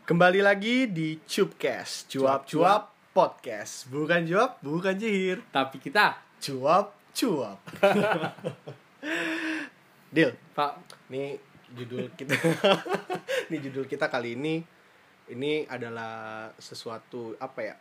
Kembali lagi di Cupcast, cuap-cuap podcast. Bukan cuap, bukan cihir, Tapi kita, cuap-cuap. Deal, Pak, nih judul kita. Nih judul kita kali ini adalah sesuatu apa ya?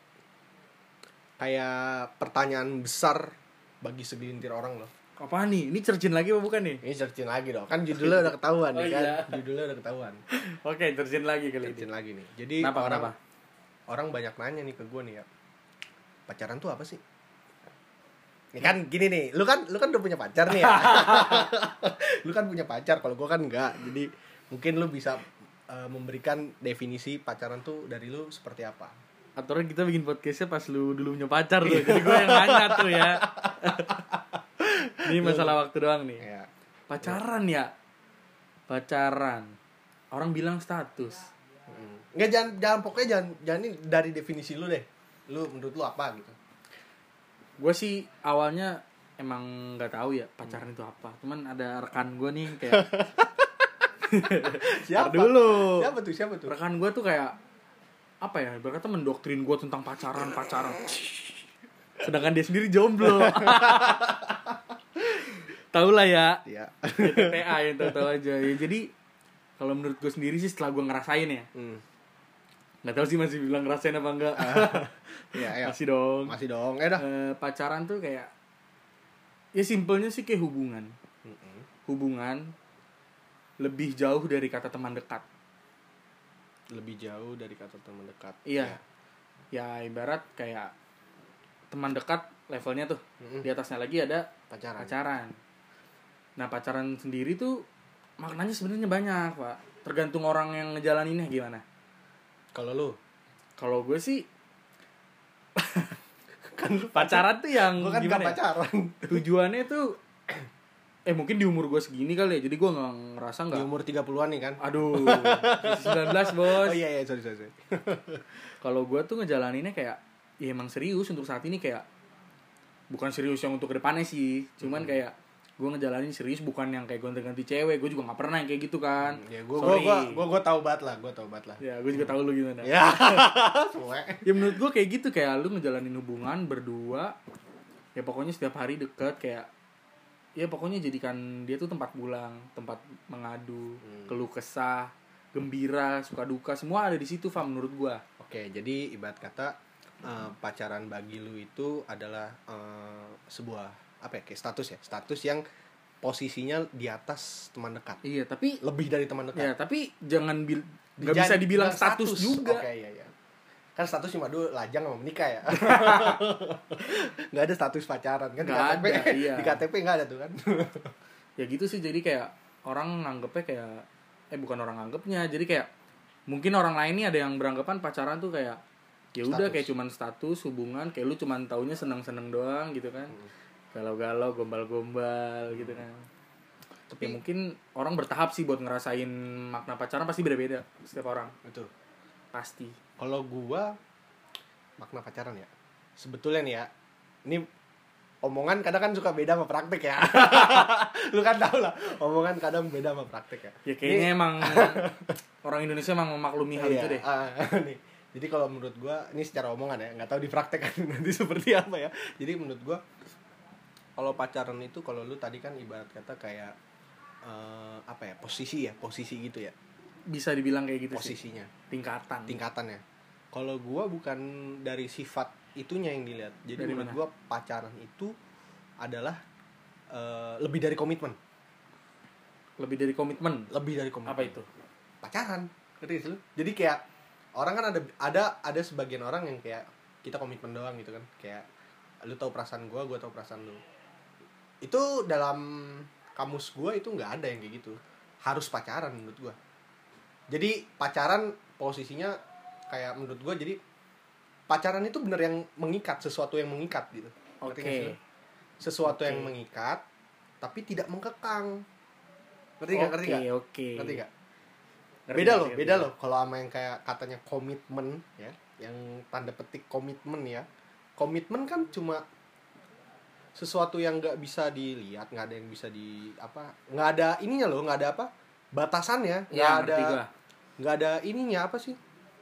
Kayak pertanyaan besar bagi segelintir orang loh. apa nih? Ini cercin lagi apa bukan nih? Ini searchin lagi dong. Kan judulnya udah ketahuan nih kan. Iya. Judulnya udah ketahuan. Oke, cercin lagi kali ini. Searchin lagi nih. Jadi Kenapa? orang banyak nanya nih ke gue nih ya. Pacaran tuh apa sih? Nih kan gini nih, lu kan udah punya pacar nih ya. Lu kan punya pacar, kalau gue kan enggak. Jadi mungkin lu bisa memberikan definisi pacaran tuh dari lu seperti apa. Aturan kita bikin podcastnya pas lu dulu punya pacar tuh. Jadi gue yang nanya tuh ya. Ini masalah waktu doang nih. Ya. Pacaran ya? Pacaran. Orang bilang status. Enggak, jangan pokoknya jangan ini dari definisi lu deh. Lu menurut lu apa gitu? Gue sih awalnya emang nggak tahu ya pacaran itu apa. Cuman ada rekan gue nih kayak. Siapa? Dulu. Siapa tuh? Rekan gue tuh kayak apa ya? Berkata mendoktrin gue tentang pacaran. Sedangkan dia sendiri jomblo. Tahu lah ya. Iya. TTA yang tahu aja. Ya, jadi kalau menurut gue sendiri sih setelah gue ngerasain ya. Nggak tahu sih masih bilang ngerasain apa enggak. Iya. Masih dong. Masih dong. Dah. Pacaran tuh kayak ya simpelnya sih kayak hubungan. Hubungan lebih jauh dari kata teman dekat. Lebih jauh dari kata teman dekat. Iya. Ya ibarat kayak teman dekat levelnya tuh. Di atasnya lagi ada pacaran. Nah, pacaran sendiri tuh maknanya sebenarnya banyak, Pak. Tergantung orang yang ngejalaninnya gimana. Kalau lu? Kalau gue sih Kan lu pacaran tuh yang gua kan gimana gak ya? pacaran. Tujuannya tuh mungkin di umur gue segini kali ya. Jadi gue nggak ngerasa Di nggak. umur 30-an nih kan? Aduh, 19 bos. Oh iya, sorry. Kalau gue tuh ngejalaninnya kayak ya emang serius untuk saat ini, kayak bukan serius yang untuk kedepannya sih. Cuman kayak gue ngejalanin serius, bukan yang kayak gonta-ganti cewek. Gue juga nggak pernah yang kayak gitu kan. Ya gue tahu banget lah. Ya gue juga tahu lu gimana. Ya. Suwe. Ya menurut gue kayak gitu, kayak lu ngejalanin hubungan berdua. Ya pokoknya setiap hari deket, kayak ya pokoknya jadikan dia tuh tempat pulang, tempat mengadu, keluh kesah, gembira, suka duka, semua ada di situ, Fam, menurut gue. Oke, jadi ibarat kata pacaran bagi lu itu adalah sebuah apa ya, kayak status yang posisinya di atas teman dekat. Iya, tapi Lebih dari teman dekat. ya tapi jangan nggak bisa dibilang status juga. Oke, iya. Kan status cuma dulu lajang sama menikah ya. Nggak ada status pacaran kan di Nggak KTP. ada, iya. Di KTP nggak ada tuh kan. Ya gitu sih, jadi kayak orang nganggepnya kayak bukan orang nganggepnya, jadi kayak mungkin orang lain nih ada yang beranggapan pacaran tuh kayak ya udah kayak cuman status hubungan, kayak lu cuman taunya seneng-seneng doang gitu kan. Galau-galau, gombal-gombal gitu kan. Tapi ya mungkin orang bertahap sih buat ngerasain makna pacaran, pasti beda-beda setiap orang. Betul. Pasti. Kalau gua makna pacaran ya, sebetulnya nih ya, ini omongan kadang kan suka beda sama praktek ya. Lu kan tau lah, omongan kadang beda sama praktek ya. Ya kayaknya emang orang Indonesia emang memaklumi hal itu deh. Nih. Jadi kalau menurut gua, ini secara omongan ya, nggak tahu di praktek kan nanti seperti apa ya. Jadi menurut gua, kalau pacaran itu, kalau lu tadi kan ibarat kata kayak apa ya, posisi gitu ya. Bisa dibilang kayak gitu posisinya. sih. Tingkatannya. Kalau gua bukan dari sifat itunya yang dilihat. Jadi dari menurut mana? gua pacaran itu adalah lebih dari komitmen. Lebih dari komitmen. Apa itu? Pacaran. Ngerti sih lu? Jadi kayak orang kan ada sebagian orang yang kayak kita komitmen doang gitu kan. Kayak lu tahu perasaan gua tahu perasaan lu. Itu dalam kamus gua itu nggak ada yang kayak gitu. Harus pacaran menurut gua. Jadi pacaran posisinya kayak menurut gue, jadi pacaran itu bener yang mengikat, sesuatu yang mengikat gitu. Oke. Sesuatu yang mengikat tapi tidak mengkekang. Ngerti nggak? Oke. Ngerti nggak? Ngerti. Beda loh kalau sama yang kayak katanya komitmen ya, yang tanda petik komitmen ya. Komitmen kan cuma sesuatu yang nggak bisa dilihat, nggak ada yang bisa nggak ada ininya loh, nggak ada batasannya, nggak ada ininya apa sih,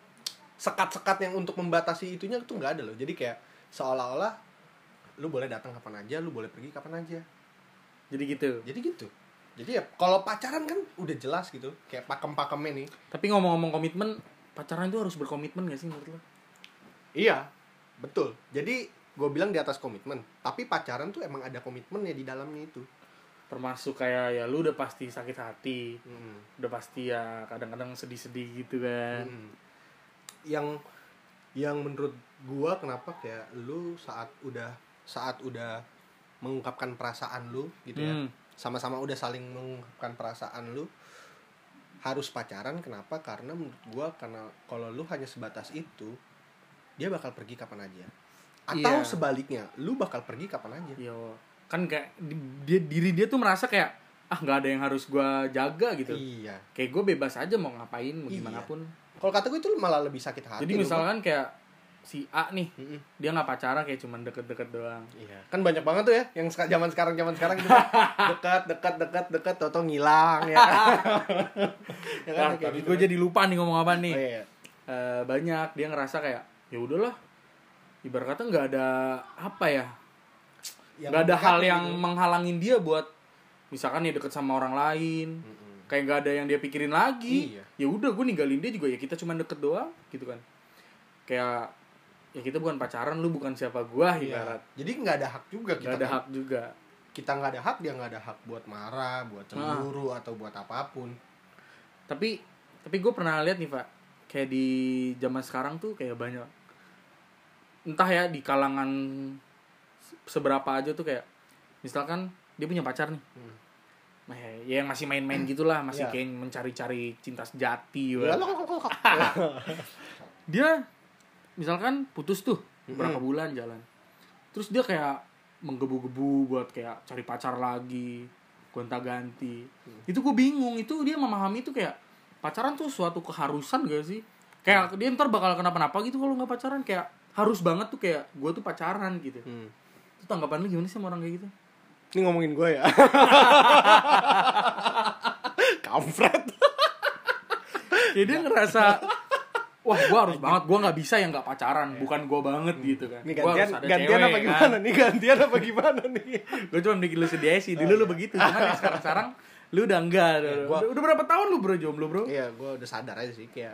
sekat-sekat yang untuk membatasi itunya tuh nggak ada loh. Jadi kayak seolah-olah lu boleh datang kapan aja, lu boleh pergi kapan aja. Jadi gitu. Jadi ya kalau pacaran kan udah jelas gitu, kayak pakem-pakemnya nih. Tapi ngomong-ngomong komitmen, pacaran itu harus berkomitmen gak sih menurut lo? Iya, betul. Jadi gue bilang di atas komitmen, tapi pacaran tuh emang ada komitmennya di dalamnya itu. Termasuk kayak ya lu udah pasti sakit hati, udah pasti ya kadang-kadang sedih-sedih gitu kan. Yang menurut gue kenapa kayak lu saat udah mengungkapkan perasaan lu gitu ya, sama-sama udah saling mengungkapkan perasaan lu, harus pacaran. Kenapa? Karena menurut gue, karena kalau lu hanya sebatas itu, dia bakal pergi kapan aja. Atau sebaliknya, lu bakal pergi kapan aja. Iya, kan kayak diri dia tuh merasa kayak nggak ada yang harus gue jaga gitu. Iya. Kayak gue bebas aja mau ngapain, mau gimana pun. Kalau kata gue itu malah lebih sakit hati. Jadi misalkan kayak si A nih, dia nggak pacaran, kayak cuman deket-deket doang. Iya. Kan banyak banget tuh ya, yang zaman sekarang gitu. dekat, tau ngilang ya. Ya kan, Tapi gue jadi lupa nih ngomong apa nih. Oh, iya. Banyak dia ngerasa kayak ya udahlah, ibarat kata nggak ada apa ya, nggak ada hal yang gitu menghalangin dia buat misalkan ya deket sama orang lain. Kayak nggak ada yang dia pikirin lagi. Iya. Ya udah, gue ninggalin dia juga, ya kita cuma deket doang gitu kan. Kayak ya kita bukan pacaran, lu bukan siapa gua ibarat. Jadi nggak ada hak juga kita. Nggak ada hak juga. Kita nggak ada hak, dia nggak ada hak buat marah, buat cemburu atau buat apapun. Tapi gue pernah lihat nih Pak, kayak di zaman sekarang tuh kayak banyak, entah ya di kalangan seberapa aja tuh, kayak misalkan dia punya pacar nih, nah ya yang masih main-main gitulah, masih kayak mencari-cari cinta sejati. Dia misalkan putus tuh berapa bulan jalan, terus dia kayak menggebu-gebu buat kayak cari pacar lagi, gonta-ganti. Itu gue bingung, itu dia memahami itu kayak pacaran tuh suatu keharusan gak sih? Kayak dia ntar bakal kenapa-napa gitu kalau nggak pacaran, kayak harus banget tuh kayak gue tuh pacaran gitu. Itu tanggapan lu gimana sih sama orang kayak gitu? Ini ngomongin gue ya. Kampret. Jadi dia ngerasa, wah gue harus banget, gue nggak bisa yang nggak pacaran, bukan gue banget gitu kan. Ini gantian apa gimana nih? Gantian apa gimana nih? Gue cuma bikin lu sedih aja sih, dulu lu begitu, cuman ya sekarang lu udah enggak. Udah berapa tahun lu bro jomblo bro? Iya, gue udah sadar aja sih, kayak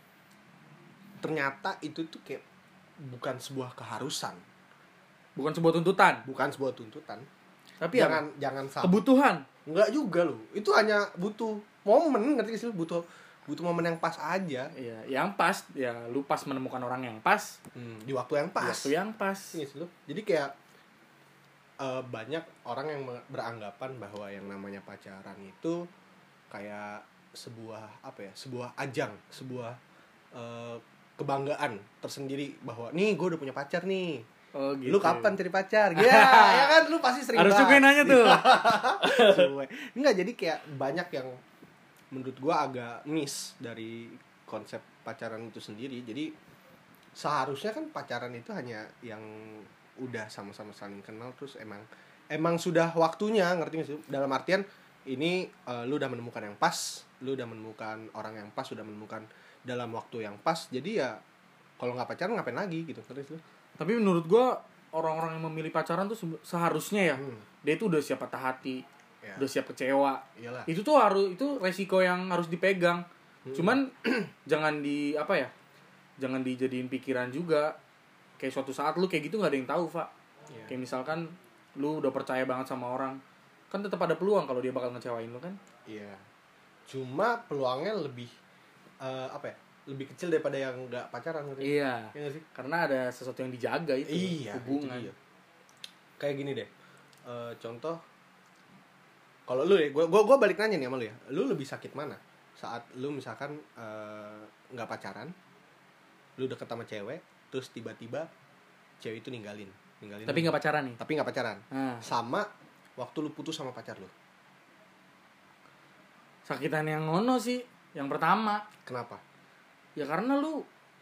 ternyata itu tuh kayak bukan sebuah keharusan, bukan sebuah tuntutan. Tapi jangan salah. Kebutuhan. Enggak juga loh. Itu hanya butuh momen, ngerti sih? Butuh momen yang pas aja. Iya, yang pas. Ya lu pas menemukan orang yang pas. Di waktu yang pas. Iya sih lo. Jadi kayak banyak orang yang beranggapan bahwa yang namanya pacaran itu kayak sebuah sebuah ajang, sebuah kebanggaan tersendiri bahwa nih gue udah punya pacar nih. Oh gitu. Lu kapan cari pacar? Ya kan lu pasti sering harus juga nanya tuh. Enggak, jadi kayak banyak yang menurut gua agak miss dari konsep pacaran itu sendiri. Jadi seharusnya kan pacaran itu hanya yang udah sama-sama saling kenal, terus emang sudah waktunya, ngerti gak sih? Dalam artian ini lu udah menemukan yang pas, lu udah menemukan orang yang pas, udah menemukan dalam waktu yang pas. Jadi ya kalau nggak pacaran ngapain lagi gitu, ngerti sih? Tapi menurut gue orang-orang yang memilih pacaran tuh seharusnya ya dia itu udah siap patah hati, udah siap kecewa. Iyalah. Itu tuh itu resiko yang harus dipegang. Cuman jangan jangan dijadiin pikiran juga. Kayak suatu saat lu kayak gitu nggak ada yang tahu, Pak. Kayak misalkan lu udah percaya banget sama orang, kan tetap ada peluang kalau dia bakal ngecewain lu kan. Iya. Cuma peluangnya lebih lebih kecil daripada yang nggak pacaran gitu. Iya. Ya sih? Karena ada sesuatu yang dijaga itu, hubungan. Itu kayak gini deh. Contoh, kalau lu ya, gue balik nanya nih sama lu ya. Lu lebih sakit mana? Saat lu misalkan nggak pacaran, lu deket sama cewek, terus tiba-tiba cewek itu ninggalin. Tapi nggak pacaran nih. Tapi nggak pacaran. Sama waktu lu putus sama pacar lu. Sakitan yang ngono sih, yang pertama. Kenapa? Ya karena lu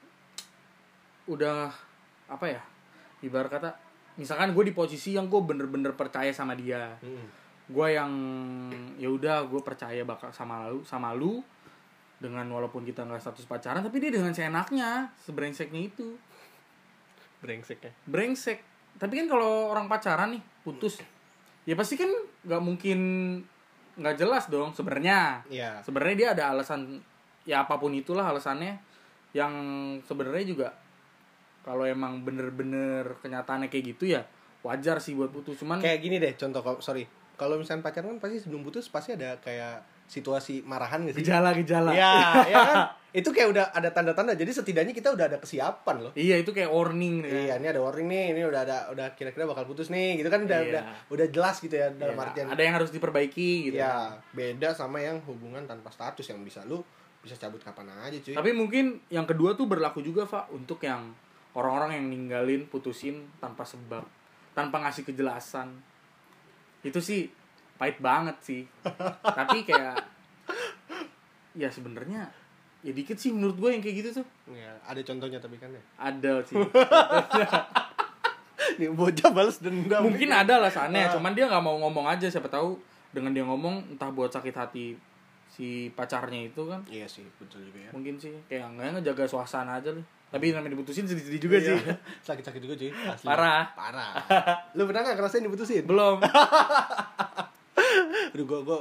udah ibarat kata misalkan gue di posisi yang gue bener-bener percaya sama dia, gue yang ya udah gue percaya bakal sama lu, dengan walaupun kita nggak status pacaran, tapi dia dengan seenaknya, sebrengseknya itu. Brengsek. Tapi kan kalau orang pacaran nih putus, ya pasti kan nggak mungkin nggak jelas dong sebenarnya. Iya. Sebenarnya dia ada alasan, ya apapun itulah alasannya, yang sebenarnya juga kalau emang bener-bener kenyataannya kayak gitu ya wajar sih buat putus. Cuman Kayak gini deh contoh, kalau misalnya pacaran kan pasti sebelum putus pasti ada kayak situasi marahan gak sih? gejala-gejala. Iya, ya kan? Itu kayak udah ada tanda-tanda. Jadi setidaknya kita udah ada kesiapan loh. Iya, itu kayak warning. Iya, ini ada warning nih, ini udah kira-kira bakal putus nih, gitu kan udah jelas gitu ya dalam artian. Ada yang harus diperbaiki gitu. Ya, beda sama yang hubungan tanpa status yang lu bisa cabut kapan aja, cuy. Tapi mungkin yang kedua tuh berlaku juga, Pak, untuk yang orang-orang yang ninggalin, putusin tanpa sebab, tanpa ngasih kejelasan. Itu sih pahit banget sih. Tapi kayak ya sebenarnya ya dikit sih menurut gue yang kayak gitu tuh. Ya, ada contohnya tapi kan ya. Ada sih. Nih bocah balas dendam. Mungkin ada alasannya, cuman dia nggak mau ngomong aja. Siapa tahu dengan dia ngomong entah buat sakit hati si pacarnya itu kan. Iya sih, betul juga ya. Mungkin sih kayak nggak ngejaga suasana aja lah. Tapi namanya diputusin sedih-sedih juga sih. Sakit-sakit juga cuy. Asli. Parah. Lu pernah nggak ngerasain diputusin? Belum. Aduh,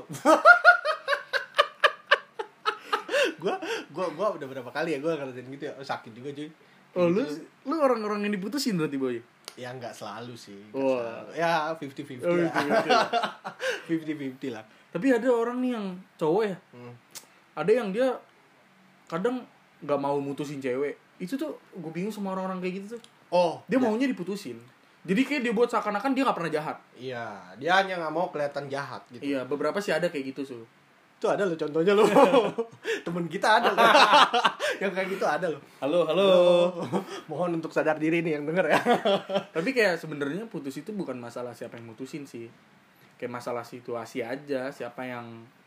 gua udah berapa kali ya gua ngerasain gitu ya. Sakit juga cuy. Oh, gitu. lu orang-orang yang diputusin berarti, Boy? Ya nggak selalu sih. Wah. Ya 50-50 Oh, lah. 50-50. 50-50 lah. Tapi ada orang nih yang cowok ya. Ada yang dia kadang nggak mau mutusin cewek. Itu tuh gue bingung sama orang-orang kayak gitu tuh. Oh, Dia maunya diputusin. Jadi kayak dia buat seakan-akan dia nggak pernah jahat. iya, dia hanya nggak mau kelihatan jahat gitu. Iya, beberapa sih ada kayak gitu tuh. Itu ada loh contohnya loh. Temen kita ada loh. Yang kayak gitu ada loh. Halo. Mohon untuk sadar diri nih yang denger ya. Tapi kayak sebenarnya putus itu bukan masalah siapa yang mutusin sih. Kayak masalah situasi aja, siapa yang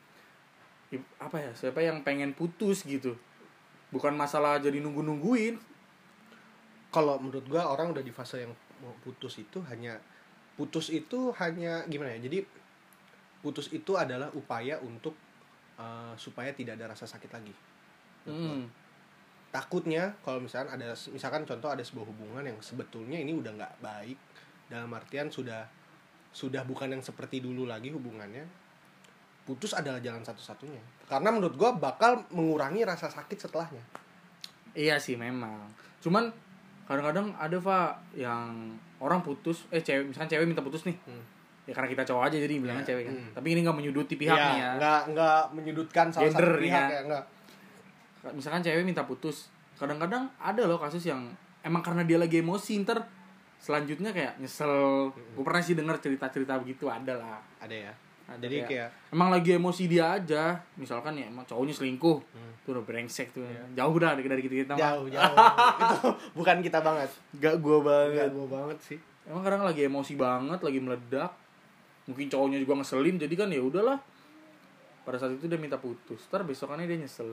pengen putus gitu. Bukan masalah jadi nungguin. Kalau menurut gua orang udah di fase yang mau putus itu hanya gimana ya? Jadi putus itu adalah upaya untuk supaya tidak ada rasa sakit lagi. Takutnya kalau misalkan contoh ada sebuah hubungan yang sebetulnya ini udah nggak baik, dalam artian sudah bukan yang seperti dulu lagi hubungannya, putus adalah jalan satu-satunya. Karena menurut gua bakal mengurangi rasa sakit setelahnya. Iya sih memang. Cuman kadang-kadang ada Pak yang orang putus, misalkan cewek minta putus nih. Ya karena kita cowok aja jadi bilangnya cewek kan. Tapi ini nggak menyuduti pihaknya ya. Nggak menyudutkan salah Gender satu pihak ya. ya, enggak. Misalkan cewek minta putus, kadang-kadang ada loh kasus yang emang karena dia lagi emosi, ntar selanjutnya kayak nyesel. Gue pernah sih denger cerita-cerita begitu, ada lah. Ada ya. Ada Jadi kayak emang lagi emosi dia aja, misalkan ya emang cowoknya selingkuh, tuh udah brengsek tuh. Jauh dah dari kita jauh. Itu bukan kita banget. Gak gua Gak gua banget sih. Emang kadang lagi emosi banget, lagi meledak. Mungkin cowoknya juga ngeselin, jadi kan ya udahlah. Pada saat itu dia minta putus, ntar besokannya dia nyesel.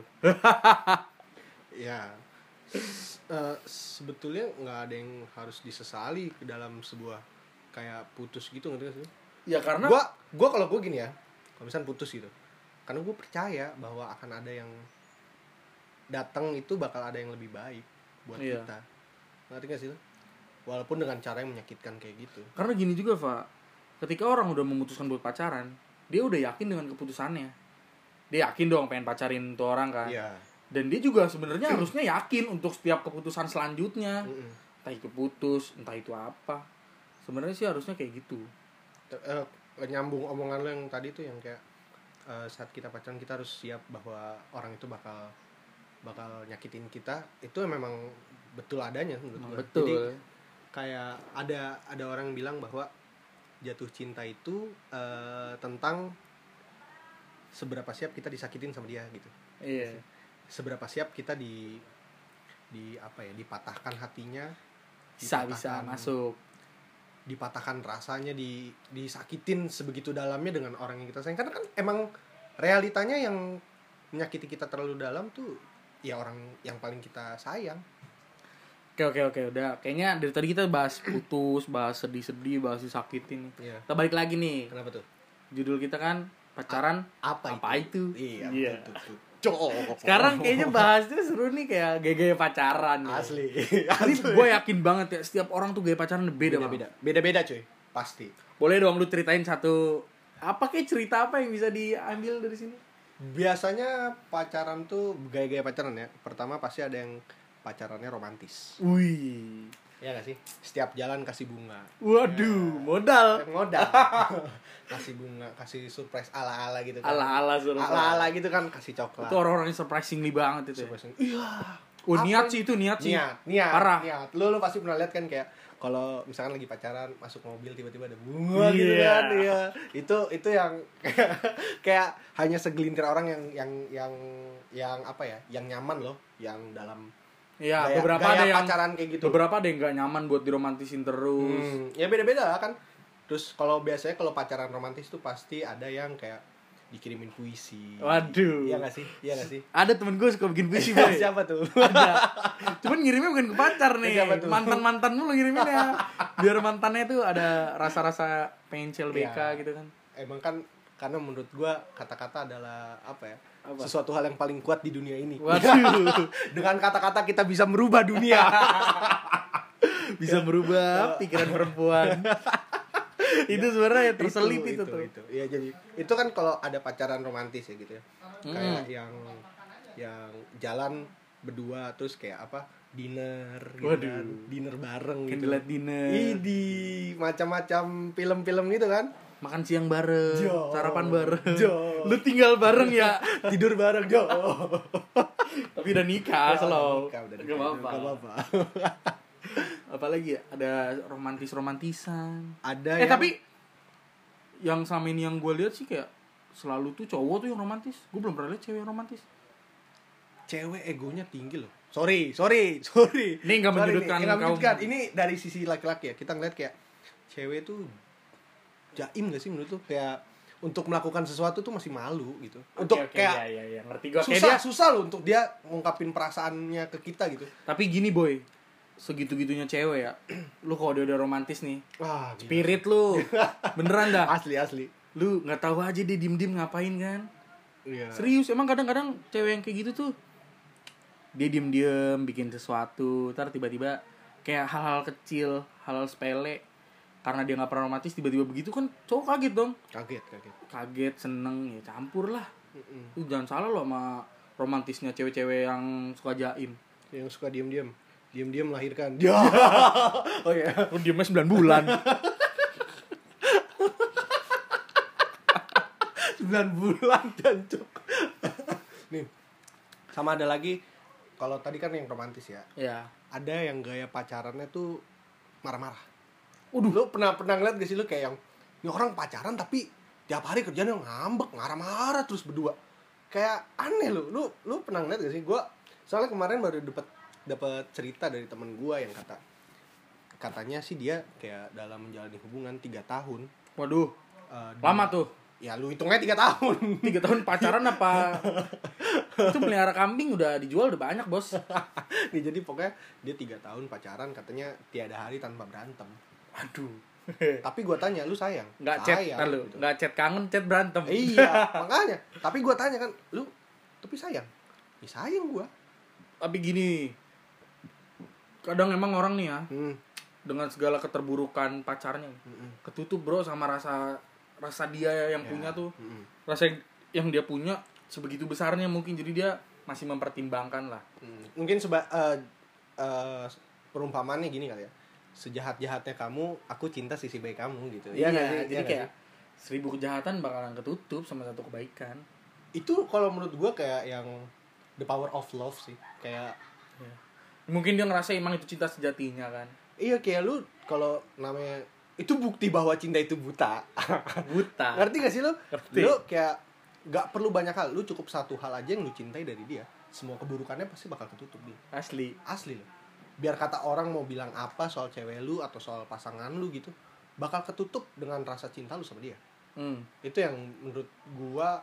Ya. Sebetulnya nggak ada yang harus disesali ke dalam sebuah kayak putus gitu, ngerti gak sih? Ya karena gua kalau gua gini ya, kalau misalnya putus gitu, karena gua percaya bahwa akan ada yang datang, itu bakal ada yang lebih baik buat kita, ngerti gak sih? Walaupun dengan cara yang menyakitkan kayak gitu. Karena gini juga Pak, ketika orang udah memutuskan buat pacaran, dia udah yakin dengan keputusannya. Dia yakin dong pengen pacarin tuh orang kan. Iya. Dan dia juga sebenarnya harusnya yakin untuk setiap keputusan selanjutnya. Entah itu putus, entah itu apa. Sebenarnya sih harusnya kayak gitu. Nyambung omongan lo yang tadi tuh yang kayak saat kita pacaran kita harus siap bahwa orang itu bakal nyakitin kita. Itu memang betul adanya menurut gue. Betul. Jadi kayak ada orang yang bilang bahwa jatuh cinta itu tentang seberapa siap kita disakitin sama dia gitu. Iya. Seberapa siap kita dipatahkan hatinya, Bisa masuk. Dipatahkan rasanya, disakitin sebegitu dalamnya dengan orang yang kita sayang. Karena kan emang realitanya yang menyakiti kita terlalu dalam tuh ya orang yang paling kita sayang. Oke, udah. Kayaknya dari tadi kita bahas putus, bahas sedih-sedih, bahas disakitin. Iya. Kita balik lagi nih. Kenapa tuh? Judul kita kan pacaran apa itu? Iya, Iya. betul. Cok. Sekarang kayaknya bahasnya seru nih kayak gaya pacaran ya. Asli. Tapi gue yakin banget ya setiap orang tuh gaya pacaran beda. Beda-beda cuy, pasti. Boleh dong lu ceritain satu apa kayak cerita apa yang bisa diambil dari sini? Biasanya pacaran tuh gaya-gaya pacaran ya. Pertama pasti ada yang pacarannya romantis. Wih. Ya gak sih? Setiap jalan kasih bunga. Waduh, modal. Modal. Kasih bunga, kasih surprise ala-ala gitu kan. Ala-ala suruh. Ala-ala gitu kan, kasih coklat. Itu orang-orang yang surprisingly banget itu. Surprise. Iya. Oh, niat Apa sih itu, niat sih. Niat. Parah. Niat. Lu pasti pernah lihat kan kayak kalau misalkan lagi pacaran masuk mobil tiba-tiba ada bunga gitu Iya. kan. Iya. Itu yang kayak hanya segelintir orang yang apa ya? Yang nyaman loh, yang dalam Iya, gaya, beberapa gaya ada yang pacaran kayak gitu. Beberapa ada yang nggak nyaman buat diromantisin terus. Ya beda-beda lah kan. Terus biasanya kalau pacaran romantis tuh pasti ada yang kayak dikirimin puisi. Waduh. Iya gak sih? Iya gak sih? Ada temen gue suka bikin puisi, boy. Siapa tuh? Ada. Cuman ngirimnya bukan ke pacar nih. Siapa tuh? Mantan-mantan mulu ngiriminnya. Biar mantannya tuh ada rasa-rasa pengen CLBK Iya. gitu kan. Emang kan karena menurut gua kata-kata adalah apa ya? Apa? Sesuatu hal yang paling kuat di dunia ini. Waduh. Dengan kata-kata kita bisa merubah dunia. Bisa merubah pikiran perempuan. Itu sebenarnya terselip itu tuh. Iya, jadi itu kan kalau ada pacaran romantis ya gitu ya. Kayak yang jalan berdua terus kayak apa? Dinner gitu kan. Dinner bareng gitu. Candlelight dinner. Idi macam-macam film-film gitu kan. Makan siang bareng, Jo. sarapan bareng. Jo. Lu tinggal bareng ya. Tidur bareng, Jo. Tapi udah nikah, slow. Udah Gak nikah, apa-apa. gak apa-apa. Apalagi ya, ada romantisan. Ada Tapi yang selama ini yang gue lihat sih kayak selalu tuh cowok tuh yang romantis. Gue belum pernah lihat cewek yang romantis. cewek egonya tinggi loh. Sorry. Ini nggak menyudutkan kaum. Ini dari sisi laki-laki ya. Kita ngeliat kayak cewek tuh jaim gak sih menurut tuh, kayak untuk melakukan sesuatu tuh masih malu gitu. Untuk kayak iya, ngerti gue. Kayak susah loh untuk dia ngungkapin perasaannya ke kita gitu. Tapi gini boy, segitu-gitunya cewek ya. Lu kalau dia udah romantis nih, Wah, spirit lu beneran dah. asli. Lu nggak tahu aja dia diem-diem ngapain kan? Iya. Serius, emang kadang-kadang cewek yang kayak gitu tuh dia diem-diem bikin sesuatu, ntar tiba-tiba kayak hal-hal kecil, hal-hal sepele, karena dia nggak pernah romantis tiba-tiba begitu kan cowok kaget dong. Kaget, seneng, ya campur lah. Lu jangan salah lo sama romantisnya cewek-cewek yang suka jaim. Yang suka diem-diem melahirkan. Ya. Oh iya. Lu diemnya 9 bulan. 9 bulan jancuk. Nih. Sama ada lagi, kalau tadi kan yang romantis ya. Ya. Ada yang gaya pacarannya tuh marah-marah. Lu pernah ngeliat gak sih lu kayak yang ini orang pacaran tapi tiap hari kerjanya ngambek, marah-marah terus berdua. Kayak aneh lu pernah ngeliat gak sih? Gua soalnya kemarin baru dapat cerita dari temen gua yang katanya sih dia kayak dalam menjalani hubungan 3 tahun. Waduh. Lama tuh. Ya lu hitungnya 3 tahun. 3 tahun pacaran apa? Itu melihara kambing udah dijual udah banyak, Bos. Nih jadi pokoknya dia 3 tahun pacaran, katanya tiada hari tanpa berantem. Aduh. Tapi gua tanya, lu sayang? Nggak chat Sayang, kan lu. gitu. Nggak chat kangen, chat berantem. Iya, makanya. Tapi gua tanya kan, lu tapi sayang? Ya sayang gua. Tapi gini. Kadang emang orang nih ya, Hmm. dengan segala keterburukan pacarnya, ketutup bro sama rasa dia yang punya tuh. Rasa yang dia punya sebegitu besarnya mungkin, jadi dia masih mempertimbangkan lah. Mungkin perumpamaannya gini kali ya. Sejahat-jahatnya kamu, aku cinta sisi baik kamu gitu. Iya, nggak sih? jadi Iya kayak 1000 kejahatan bakalan ketutup sama 1 kebaikan. itu kalau menurut gua kayak yang the power of love sih. Kayak Mungkin dia ngerasa emang itu cinta sejatinya kan. iya, kayak lu kalau namanya itu bukti bahwa cinta itu buta. Buta. Ngerti gak sih lu? Ngerti. Lu kayak gak perlu banyak hal, lu cukup satu hal aja yang lu cintai dari dia, semua keburukannya pasti bakal ketutup dia. Asli. Loh. Biar kata orang mau bilang apa soal cewek lu atau soal pasangan lu gitu, bakal ketutup dengan rasa cinta lu sama dia. Itu yang menurut gua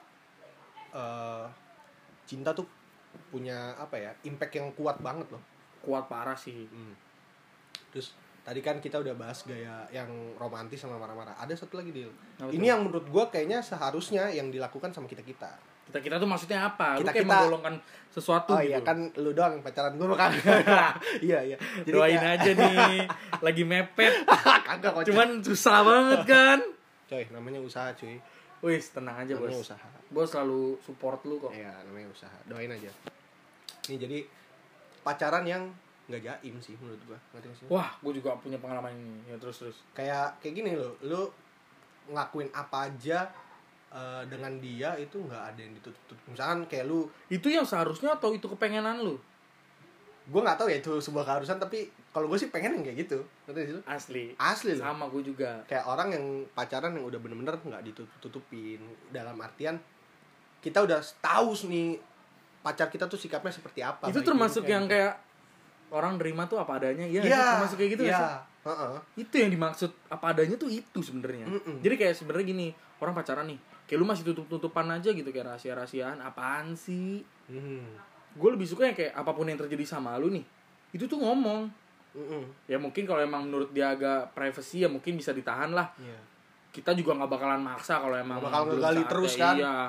cinta tuh punya apa ya, impact yang kuat banget loh. Kuat parah sih. Terus tadi kan kita udah bahas gaya yang romantis sama marah-marah. Ada satu lagi, Dil. Apa Ini tuh? yang menurut gue kayaknya seharusnya yang dilakukan sama kita-kita. Kita tuh maksudnya apa? Lu kayak Kita-kita. menggolongkan sesuatu Oh gitu. iya, kan lu doang yang pacaran, gue makan. Iya. Jadi Doain kayak- aja nih, lagi mepet. Kagak kocak. Cuman susah banget kan. Coy, namanya usaha, cuy. Wih, tenang aja Namanya bos. usaha. Bos selalu support lu kok. Iya, namanya usaha. Doain aja. Ini jadi pacaran yang nggak jaim sih menurut gua. Ngerti nggak sih? Wah, gue juga punya pengalaman ini. Ya terus. Kayak gini loh, lu ngelakuin apa aja dengan dia itu nggak ada yang ditutup. Misalkan kayak lu, Itu yang seharusnya atau itu kepengenan lu? gua nggak tahu ya itu sebuah keharusan, tapi kalau gue sih pengen yang kayak gitu. Ngerti sih lu? Asli loh. Sama gue juga. Kayak orang yang pacaran yang udah bener-bener nggak ditutupin, dalam artian kita udah tahu nih pacar kita tuh sikapnya seperti apa. Itu baik termasuk buruknya yang gitu. kayak orang nerima tuh apa adanya. Iya, Iya, itu termasuk kayak gitu nggak iya. sih? Heeh. Itu yang dimaksud apa adanya tuh itu sebenarnya. Mm-mm. Jadi kayak sebenarnya gini, orang pacaran nih, kayak lu masih tutup-tutupan aja gitu, kayak rahasia-rahasiaan, apaan sih? Gue lebih suka yang kayak apapun yang terjadi sama lu nih, itu tuh ngomong. Ya mungkin kalau emang menurut dia agak privacy ya mungkin bisa ditahan lah. Iya. Kita juga nggak bakalan maksa kalau emang Nggak bakal belum ngegali saatnya. terus kan? Iya.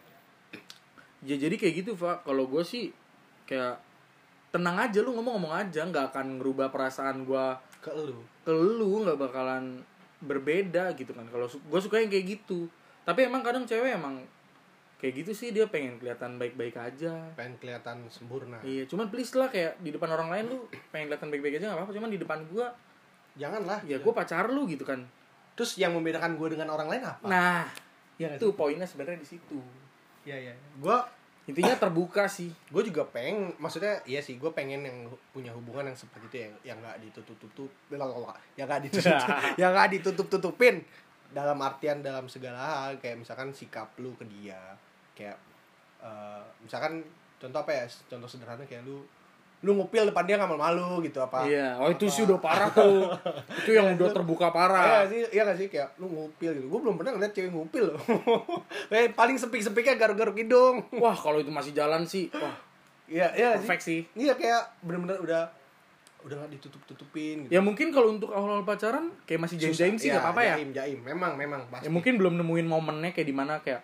Ya jadi kayak gitu, Pak. Kalau gue sih kayak tenang aja, lu ngomong aja, nggak akan ngerubah perasaan gue Ke lu. ke lu, nggak bakalan berbeda gitu kan. Kalau gue suka yang kayak gitu. Tapi emang kadang cewek emang kayak gitu sih, dia pengen kelihatan baik-baik aja. Pengen kelihatan sempurna. Iya, cuman please lah, kayak di depan orang lain lu pengen kelihatan baik-baik aja nggak apa-apa, cuman di depan gue Janganlah. ya gue pacar lu gitu kan. Terus yang membedakan gue dengan orang lain apa? Nah, Iya nggak itu poinnya sebenarnya di situ. Iya. Gue Intinya terbuka sih. juga pengen, maksudnya iya sih, gue pengen yang punya hubungan yang seperti itu, yang nggak ditutup-tutup, yang nggak ditutup, yang nggak ditutup-tutupin, dalam artian dalam segala hal, kayak misalkan sikap lu ke dia, kayak misalkan contoh apa ya, contoh sederhana kayak lu ngupil depan dia nggak malu-malu gitu apa? Iya, oh itu sih udah parah tuh. Itu yang udah terbuka parah. Iya gak sih, kayak lu ngupil gitu. Gue belum pernah ngeliat cewek ngupil loh. Paling sepik-sepiknya garuk-garuk hidung. Wah, kalau itu masih jalan sih, wah, Iya perfect sih. Iya, kayak bener-bener udah nggak ditutup-tutupin gitu. Ya mungkin kalau untuk awal-awal pacaran kayak masih jaim-jaim sih Iya, nggak apa-apa ya. Jaim, memang pasti. Ya mungkin belum nemuin momennya kayak di mana kayak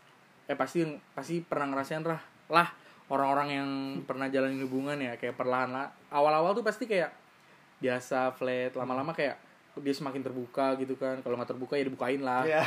pasti pernah ngerasain lah orang-orang yang pernah jalanin hubungan ya, kayak perlahan lah. Awal-awal tuh pasti kayak biasa flat, lama-lama kayak dia semakin terbuka gitu kan. Kalau nggak terbuka ya dibukain lah. Iya.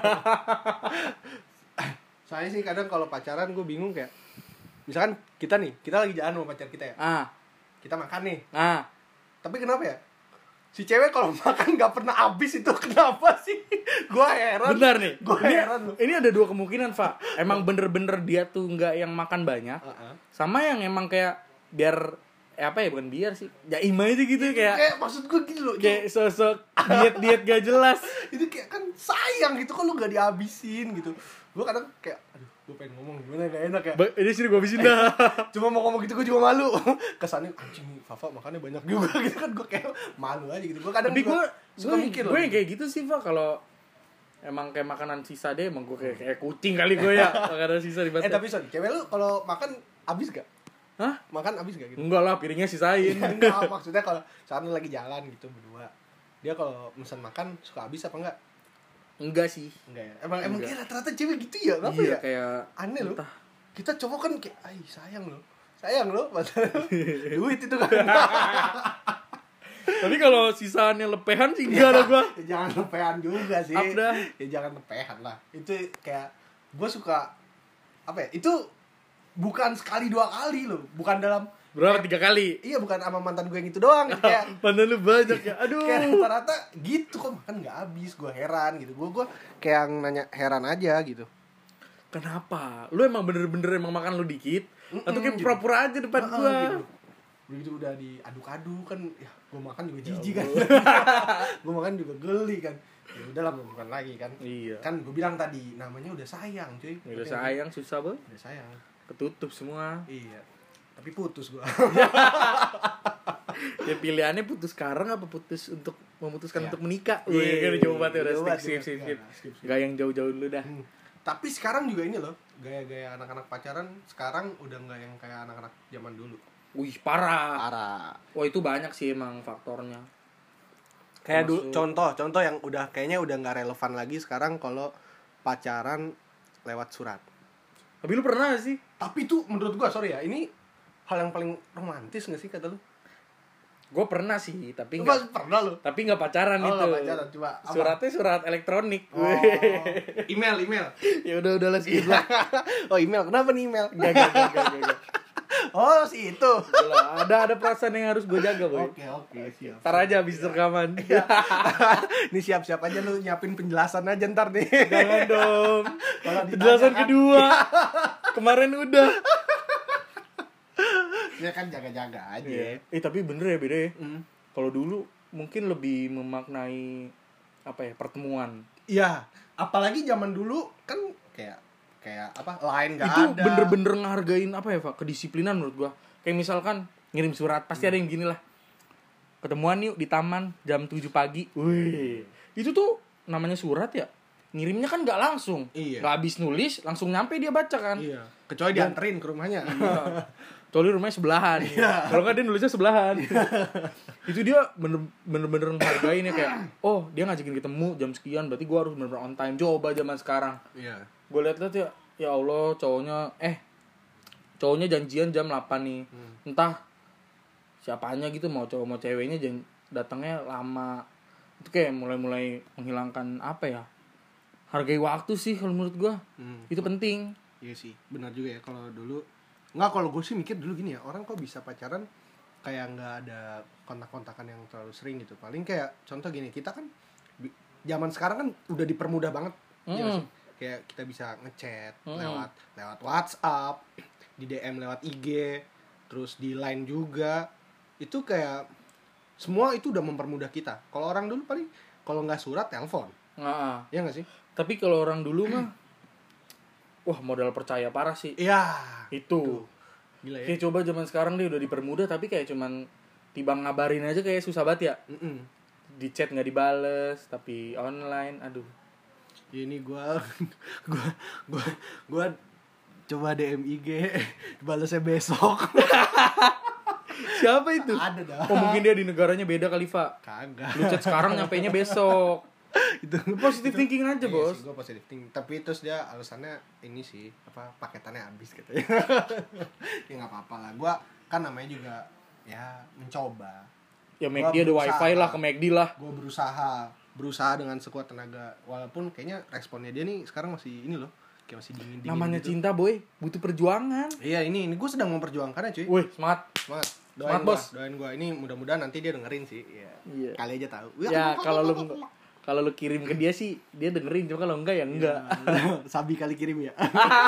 Soalnya sih kadang kalau pacaran gue bingung, kayak misalkan kita lagi jalan sama pacar kita ya. Kita makan nih. Tapi kenapa ya? Si cewek kalau makan nggak pernah habis, itu kenapa sih? Gua heran. Bentar nih. Gua heran loh. Ini ada dua kemungkinan, Pak. Emang bener-bener dia tuh nggak yang makan banyak, sama yang emang kayak biar apa ya, bukan biar sih, jaim aja gitu kayak Maksud gue gitu loh. kayak sosok diet gak jelas. Itu kayak kan sayang gitu kalau nggak dihabisin gitu. Gue kadang kayak, aduh, gue pengen ngomong gimana gak enak ya. Ini sini gue habisin dah. Cuma mau ngomong gitu gue juga malu. Kesannya anjing nih Fafa makannya banyak juga gitu kan, gue kayak malu aja gitu. Gue kadang Tapi gue suka mikir loh. gue yang kayak gitu sih, Pak. Kalau emang kayak makanan sisa deh, emang gue kayak kucing kali gue ya, makanan sisa di Tapi sorry, cewek lu kalau makan habis gak? Hah? Makan habis gak gitu? Enggak lah, piringnya sisain. Enggak, maksudnya kalau saat lu lagi jalan gitu berdua, dia kalau pesan makan suka habis apa enggak? Enggak sih. Enggak ya? Emang Enggak. kayak rata-rata cewek gitu ya? Kenapa Iya, ya? kayak Aneh loh. entah. Kita cowok kan kayak, ay sayang loh, padahal duit itu kan. Tapi kalau sisaannya lepehan sih enggak lah gue. Ya, jangan lepehan juga sih. Up dah. Ya jangan lepehan lah. Itu kayak gue suka apa ya? Itu bukan sekali dua kali loh, bukan dalam Berapa 3 kali? iya, bukan sama mantan gue yang itu doang. Kayak Pandan lu banyak ya. Aduh. kayak rata-rata gitu, kok makan nggak habis, gue heran gitu. Gue kayak yang nanya, heran aja gitu. Kenapa? Lu emang bener-bener emang makan lu dikit? Atau kayak gitu. pura-pura aja depan gua? Gitu. Begitu udah diaduk-aduk kan, ya gue makan juga jijik kan. Gue makan juga geli kan. Ya udahlah, bukan lagi kan. Iya. Kan gue bilang tadi namanya udah sayang, cuy. Udah sayang susah banget. Udah sayang. Ketutup semua. Iya. Tapi putus gue. Ya pilihannya putus sekarang apa putus untuk memutuskan Iya. untuk menikah? Iya, Wih, kan coba banget ya, udah coba, skip. skip. Gak yang jauh-jauh dulu dah. Tapi sekarang juga ini loh, gaya-gaya anak-anak pacaran sekarang udah nggak yang kayak anak-anak zaman dulu. Wih, parah. Parah. Wah, itu banyak sih emang faktornya. Kayak Termasuk- contoh yang kayaknya udah nggak relevan lagi sekarang kalau pacaran lewat surat. Tapi lu pernah gak sih? Tapi itu menurut gua, sorry ya, ini hal yang paling romantis nggak sih kata lu? Gue pernah sih, tapi Lu nggak pernah lu? tapi nggak pacaran Oh, itu. nggak pacaran, coba apa? Suratnya surat elektronik. Oh, email. Ya udah lah skip lah. Oh, email. Kenapa nih email? Gak. Oh, si itu. Gila, ada perasaan yang harus gue jaga, boy. Oke, siap. Ntar aja habis rekaman. Nih siap-siap aja lu nyiapin penjelasan aja ntar nih. Jangan dong. Kalau ditanya Penjelasan kan- kedua. Kemarin udah. Ya kan jaga-jaga aja. Tapi bener ya beda ya. Hmm. Kalau dulu mungkin lebih memaknai apa ya, pertemuan. Iya, apalagi zaman dulu kan kayak apa? Line enggak Itu ada. bener-bener ngehargain apa ya, Pak? Kedisiplinan menurut gua. Kayak misalkan ngirim surat, pasti ada yang gini lah. Ketemuan yuk di taman jam 7 pagi. Wih. Itu tuh namanya surat ya. Ngirimnya kan nggak langsung. Iya. Nggak habis nulis, langsung nyampe dia baca kan. Iya. Kecuali dianterin ke rumahnya. Iya. Kecuali rumahnya sebelahan. Kalau nggak dia nulisnya sebelahan. Itu dia bener-bener menghargain ya, kayak, oh dia ngajakin ketemu jam sekian, berarti gua harus bener-bener on time. Coba zaman sekarang. Iya. Gue liat-liat ya Allah, cowoknya janjian jam 8 nih. Entah siapanya gitu, mau cowok mau ceweknya datangnya lama. Itu kayak mulai menghilangkan apa ya, hargai waktu sih kalau menurut gue. Itu penting. Iya sih, benar juga ya. Kalau dulu nggak, kalau gue sih mikir dulu gini ya, orang kok bisa pacaran kayak nggak ada kontak-kontakan yang terlalu sering gitu. Paling kayak contoh gini, kita kan zaman sekarang kan udah dipermudah banget. Iya nggak sih? Kayak kita bisa ngechat lewat WhatsApp, di DM lewat IG, terus di Line juga. Itu kayak semua itu udah mempermudah kita. Kalau orang dulu paling kalau nggak surat telepon. Nah, Iya nggak sih? tapi kalau orang dulu mah wah, modal percaya parah sih. Iya. Itu. Gila ya. Kayak coba zaman sekarang dia udah dipermudah, tapi kayak cuman tiba ngabarin aja kayak susah banget ya. Di chat nggak dibales, tapi online, aduh. Ini gua coba DM IG, balasnya besok. Siapa itu? Ada dah. Oh, mungkin dia di negaranya beda kali, Pak. Kagak. Lu chat sekarang nyampainya besok. Itu Lu positive thinking aja, iya Bos. sih, gua positive thinking. Tapi terus dia alasannya ini sih, apa paketannya habis katanya. Ya enggak apa-apa lah. Gua kan namanya juga ya mencoba. Ya McD ada wifi lah, ke McD lah. Gua berusaha dengan sekuat tenaga. Walaupun kayaknya responnya dia nih sekarang masih ini loh, kayak masih dingin Namanya gitu. cinta, boy. Butuh perjuangan. Iya, ini gue sedang memperjuangkannya, cuy. Wih, semangat. Semangat. Semangat, Bos. Doain gua. Ini mudah-mudahan nanti dia dengerin sih. Iya. Iya. Kali aja tahu. Ya, kalau lu kirim ke dia sih, dia dengerin. Cuma kalau enggak ya enggak. Sabi kali kirim ya.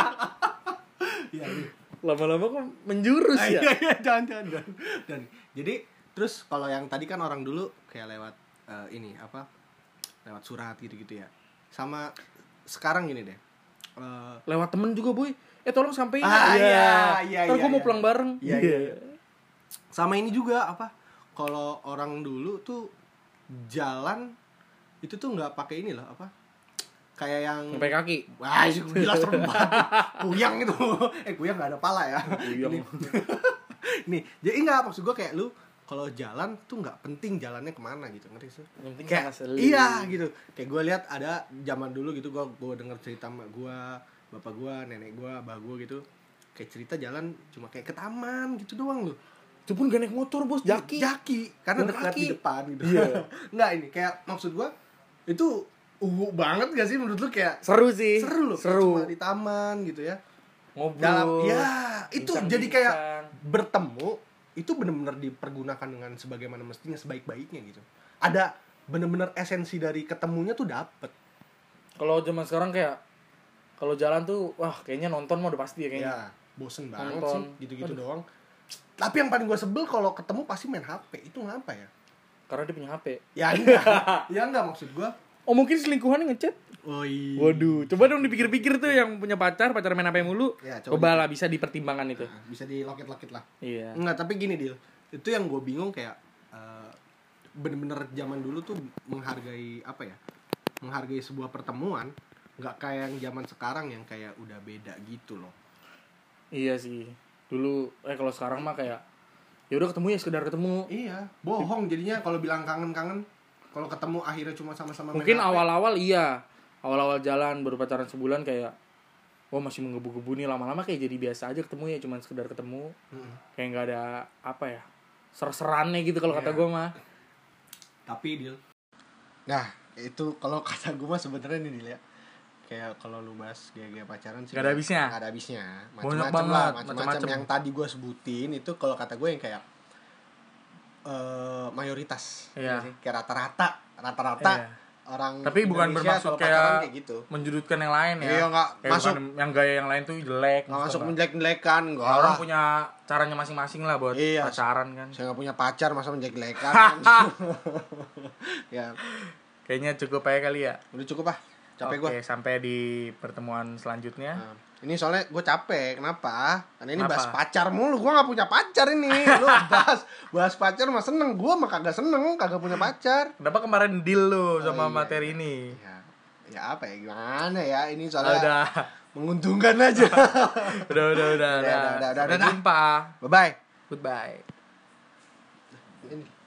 Iya. Lama-lama kok menjurus ya. Iya, jangan. Dan jadi terus kalau yang tadi kan orang dulu kayak lewat ini apa? Lewat surat gitu-gitu ya. Sama sekarang gini deh. Lewat temen juga, boy. Tolong sampein. Iya. Ntar gue mau pulang bareng. Iya. Sama ini juga apa? Kalau orang dulu tuh jalan itu tuh nggak pakai ini loh, apa? Kayak yang Sampai kaki. wah, itu gila serem banget. Kuyang itu. Kuyang nggak ada pala ya. Kuyang. Nih, jadi nggak, maksud gue kayak lu kalau jalan tuh nggak penting jalannya kemana gitu, ngerti sih? Yang penting Kayak sama seli. iya gitu. Kayak gue lihat ada zaman dulu gitu, gue denger cerita mak gue, bapak gue, nenek gue, abah gue gitu. Kayak cerita jalan cuma kayak ke taman gitu doang loh. Itu pun gak naik motor, Bos. Jaki. Karena Jalan dekat kaki. di depan gitu. Iya. Nggak, ini kayak maksud gue itu banget gak sih menurut lu? Kayak Seru sih. seru loh, cuma di taman gitu ya. Ngobrol. Itu bincang-bincang. jadi kayak bertemu itu benar-benar dipergunakan dengan sebagaimana mestinya, sebaik-baiknya gitu. Ada benar-benar esensi dari ketemunya tuh dapet. Kalau zaman sekarang kayak kalau jalan tuh wah kayaknya nonton mah udah pasti ya kayaknya. Ya, bosen banget Nonton. sih gitu-gitu doang. Tapi yang paling gue sebel kalau ketemu pasti main HP. Itu ngapa ya? Karena dia punya HP. Ya enggak. Ya enggak, maksud gue. Oh, mungkin selingkuhannya ngechat. Oh iya. Waduh, coba dong dipikir-pikir tuh yang punya pacar main HP mulu. Ya, coba lah, bisa dipertimbangkan itu. Nah, bisa di loket-loket lah. Iya. Enggak, tapi gini Dil. Itu yang gue bingung kayak bener-bener zaman dulu tuh menghargai apa ya? Menghargai sebuah pertemuan, enggak kayak yang zaman sekarang yang kayak udah beda gitu loh. Iya sih. Dulu kalau sekarang mah kayak ya udah ketemu ya sekedar ketemu. Iya, bohong jadinya kalau bilang kangen-kangen. Kalau ketemu akhirnya cuma sama-sama main Mungkin HP. awal-awal iya. Awal-awal jalan baru pacaran sebulan kayak wah masih menggebu-gebu nih, lama-lama kayak jadi biasa aja ketemu ya, cuman sekedar ketemu. Kayak enggak ada apa ya? Ser-serannya gitu kalau kata gue mah. Tapi Dil. Nah, itu kalau kata gue mah sebenarnya nih Dil ya. Kayak kalau lu bahas gaya-gaya pacaran sih Gak ada habisnya. Gak ada habisnya. Banyak Macam-macam banget, lah, macam-macam macam-macam. yang tadi gue sebutin itu kalau kata gue yang kayak mayoritas. Iya. Ya sih? Kayak rata-rata Iya. orang Tapi bukan Indonesia bermaksud kalau pacaran kayak gitu. menjurutkan yang lain ya. Iya, nggak kayak masuk. bukan yang gaya yang lain tuh jelek. Nggak masuk Enggak. menjelek-jelekan. Enggak Ya, orang lah. punya caranya masing-masing lah buat Iya. pacaran kan. Saya nggak punya pacar masa menjelek-jelekan. Ya, Kayaknya cukup aja kali ya. udah cukup ah. Capek gue. Oke, sampai di pertemuan selanjutnya. Nah, ini soalnya gue capek. Kenapa? Karena ini Kenapa? bahas pacar mulu. Gue gak punya pacar ini. Lu bahas pacar mah seneng. Gue mah kagak seneng. Kagak punya pacar. Kenapa kemarin deal lu sama iya, materi iya. ini? Ya apa ya, gimana ya. Ini soalnya Udah. menguntungkan aja. udah. Udah. Sampai jumpa. Bye-bye. Goodbye. Ini.